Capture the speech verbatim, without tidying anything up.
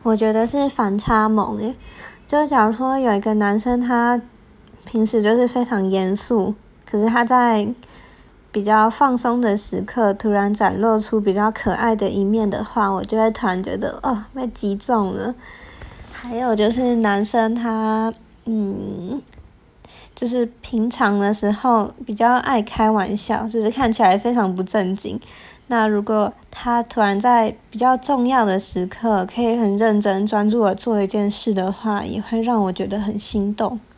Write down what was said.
我觉得是反差萌诶，就假如说有一个男生他平时就是非常严肃，可是他在比较放松的时刻突然展露出比较可爱的一面的话，我就会突然觉得哦被击中了。还有就是男生他嗯就是平常的时候比较爱开玩笑，就是看起来非常不正经，那如果他突然在比较重要的时刻可以很认真专注的做一件事的话，也会让我觉得很心动。